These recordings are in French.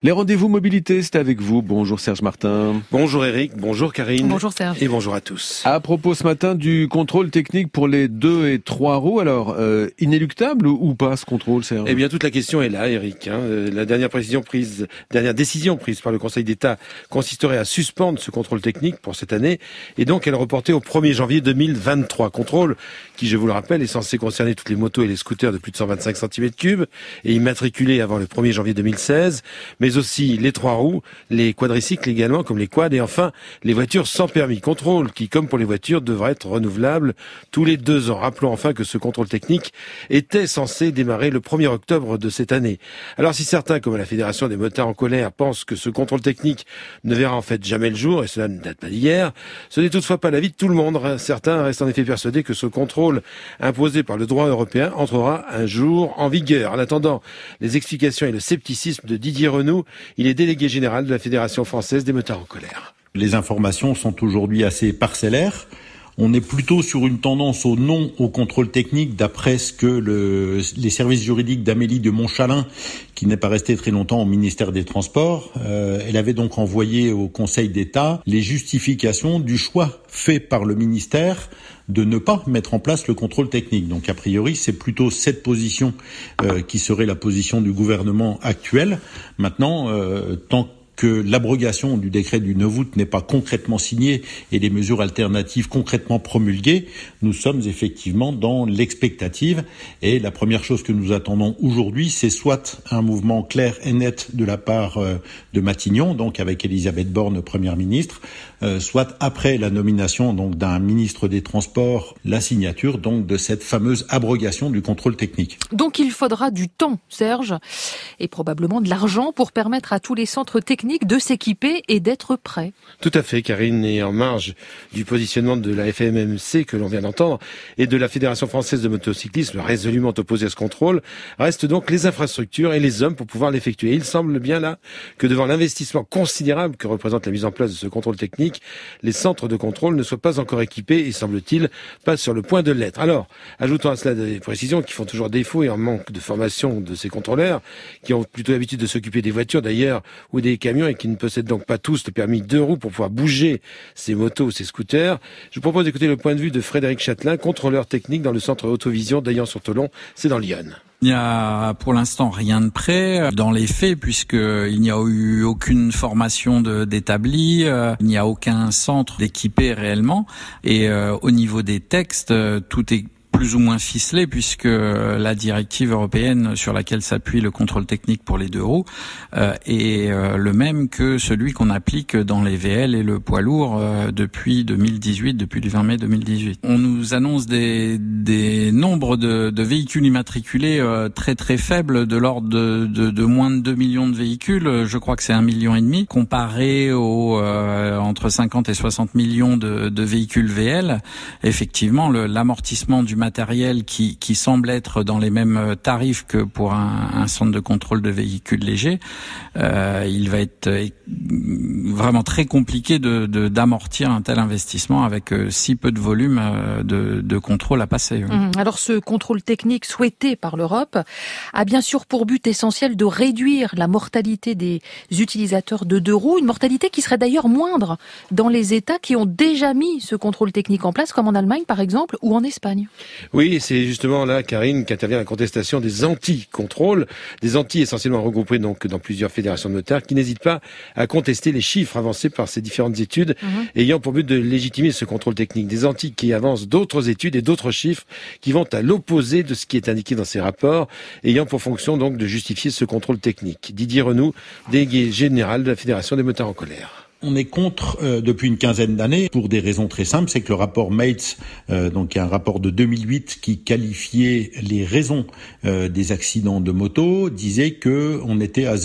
Les rendez-vous mobilité, c'est avec vous. Bonjour Serge Martin. Bonjour Eric, bonjour Karine. Bonjour Serge. Et bonjour à tous. À propos ce matin du contrôle technique pour les 2 et 3 roues, alors inéluctable ou pas ce contrôle, Serge ? Eh bien toute la question est là Eric. La dernière décision prise par le Conseil d'État consisterait à suspendre ce contrôle technique pour cette année et donc à le reporter au 1er janvier 2023. Contrôle qui, je vous le rappelle, est censé concerner toutes les motos et les scooters de plus de 125 cm3 et immatriculés avant le 1er janvier 2016, mais aussi les 3 roues, les quadricycles également, comme les quads, et enfin les voitures sans permis. Contrôle qui, comme pour les voitures, devra être renouvelable tous les 2 ans. Rappelons enfin que ce contrôle technique était censé démarrer le 1er octobre de cette année. Alors si certains, comme la Fédération des motards en colère, pensent que ce contrôle technique ne verra en fait jamais le jour, et cela ne date pas d'hier, ce n'est toutefois pas l'avis de tout le monde. Certains restent en effet persuadés que ce contrôle imposé par le droit européen entrera un jour en vigueur. En attendant, les explications et le scepticisme de Didier Renoux, il est délégué général de la Fédération française des motards en colère. Les informations sont aujourd'hui assez parcellaires. On est plutôt sur une tendance au non au contrôle technique d'après ce que les services juridiques d'Amélie de Montchalin, qui n'est pas restée très longtemps au ministère des Transports, elle avait donc envoyé au Conseil d'État les justifications du choix fait par le ministère de ne pas mettre en place le contrôle technique. Donc a priori, c'est plutôt cette position qui serait la position du gouvernement actuel. Maintenant, tant que l'abrogation du décret du 9 août n'est pas concrètement signée et les mesures alternatives concrètement promulguées, nous sommes effectivement dans l'expectative. Et la première chose que nous attendons aujourd'hui, c'est soit un mouvement clair et net de la part de Matignon, donc avec Elisabeth Borne, Première ministre, soit après la nomination donc d'un ministre des Transports, la signature donc de cette fameuse abrogation du contrôle technique. Donc il faudra du temps, Serge, et probablement de l'argent pour permettre à tous les centres techniques de s'équiper et d'être prêts. Tout à fait, Karine, et en marge du positionnement de la FMMC que l'on vient d'entendre et de la Fédération française de motocyclisme résolument opposée à ce contrôle, restent donc les infrastructures et les hommes pour pouvoir l'effectuer. Il semble bien là que devant l'investissement considérable que représente la mise en place de ce contrôle technique, les centres de contrôle ne soient pas encore équipés et, semble-t-il, pas sur le point de l'être. Alors, ajoutons à cela des précisions qui font toujours défaut et en manque de formation de ces contrôleurs, qui ont plutôt l'habitude de s'occuper des voitures d'ailleurs ou des camions et qui ne possèdent donc pas tous le permis 2 roues pour pouvoir bouger ces motos ou ces scooters. Je vous propose d'écouter le point de vue de Frédéric Châtelain, contrôleur technique dans le centre Autovision d'Aillan-sur-Tholon, c'est dans l'Yonne. Il n'y a pour l'instant rien de prêt dans les faits puisqu'il n'y a eu aucune formation d'établi, il n'y a aucun centre d'équipé réellement et au niveau des textes, tout est plus ou moins ficelé puisque la directive européenne sur laquelle s'appuie le contrôle technique pour les 2 roues est le même que celui qu'on applique dans les VL et le poids lourd depuis 2018, depuis le 20 mai 2018. On nous annonce des nombres de véhicules immatriculés très très faibles, de l'ordre de moins de 2 millions de véhicules. Je crois que c'est 1,5 million comparé aux entre 50 et 60 millions de véhicules VL. Effectivement, l'amortissement du matériel qui semble être dans les mêmes tarifs que pour un centre de contrôle de véhicules légers, il va être vraiment très compliqué d'amortir un tel investissement avec si peu de volume de contrôle à passer. Alors ce contrôle technique souhaité par l'Europe a bien sûr pour but essentiel de réduire la mortalité des utilisateurs de 2 roues, une mortalité qui serait d'ailleurs moindre dans les États qui ont déjà mis ce contrôle technique en place, comme en Allemagne par exemple ou en Espagne. Oui, c'est justement là, Karine, qu'intervient la contestation des anti-contrôles, des anti essentiellement regroupés donc dans plusieurs fédérations de motards qui n'hésitent pas à contester les chiffres avancés par ces différentes études ayant pour but de légitimer ce contrôle technique. Des anti qui avancent d'autres études et d'autres chiffres qui vont à l'opposé de ce qui est indiqué dans ces rapports, ayant pour fonction donc de justifier ce contrôle technique. Didier Renoux, délégué général de la Fédération des motards en colère. On est contre depuis une quinzaine d'années pour des raisons très simples. C'est que le rapport Mates, donc un rapport de 2008 qui qualifiait les raisons des accidents de moto, disait que on était à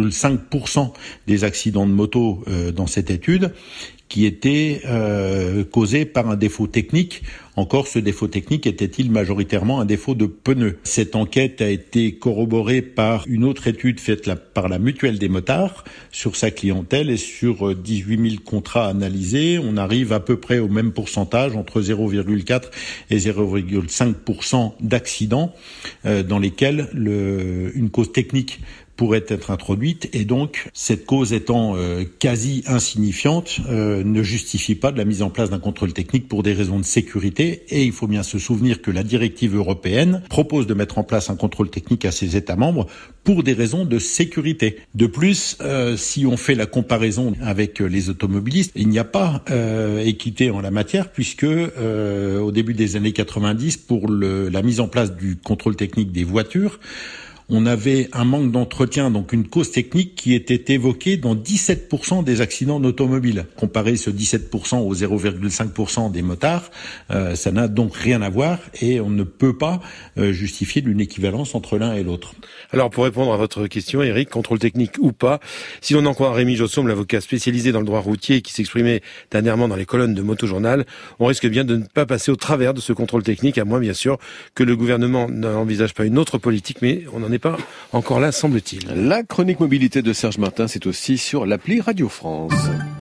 0,5% des accidents de moto dans cette étude qui était causé par un défaut technique. Encore, ce défaut technique était-il majoritairement un défaut de pneus? Cette enquête a été corroborée par une autre étude faite par la Mutuelle des motards sur sa clientèle et sur 18 000 contrats analysés. On arrive à peu près au même pourcentage, entre 0,4 et 0,5% d'accidents dans lesquels une cause technique pourrait être introduite, et donc cette cause étant quasi insignifiante, ne justifie pas de la mise en place d'un contrôle technique pour des raisons de sécurité. Et il faut bien se souvenir que la directive européenne propose de mettre en place un contrôle technique à ses États membres pour des raisons de sécurité. De plus, si on fait la comparaison avec les automobilistes, il n'y a pas équité en la matière, puisque au début des années 90, pour la mise en place du contrôle technique des voitures, on avait un manque d'entretien, donc une cause technique qui était évoquée dans 17% des accidents d'automobile. Comparer ce 17% aux 0,5% des motards, ça n'a donc rien à voir, et on ne peut pas justifier d'une équivalence entre l'un et l'autre. Alors, pour répondre à votre question, Eric, contrôle technique ou pas, si l'on en croit Rémi Jossaume, l'avocat spécialisé dans le droit routier qui s'exprimait dernièrement dans les colonnes de Motojournal, on risque bien de ne pas passer au travers de ce contrôle technique, à moins bien sûr que le gouvernement n'envisage pas une autre politique, mais on n'en est pas encore là, semble-t-il. La chronique mobilité de Serge Martin, c'est aussi sur l'appli Radio France.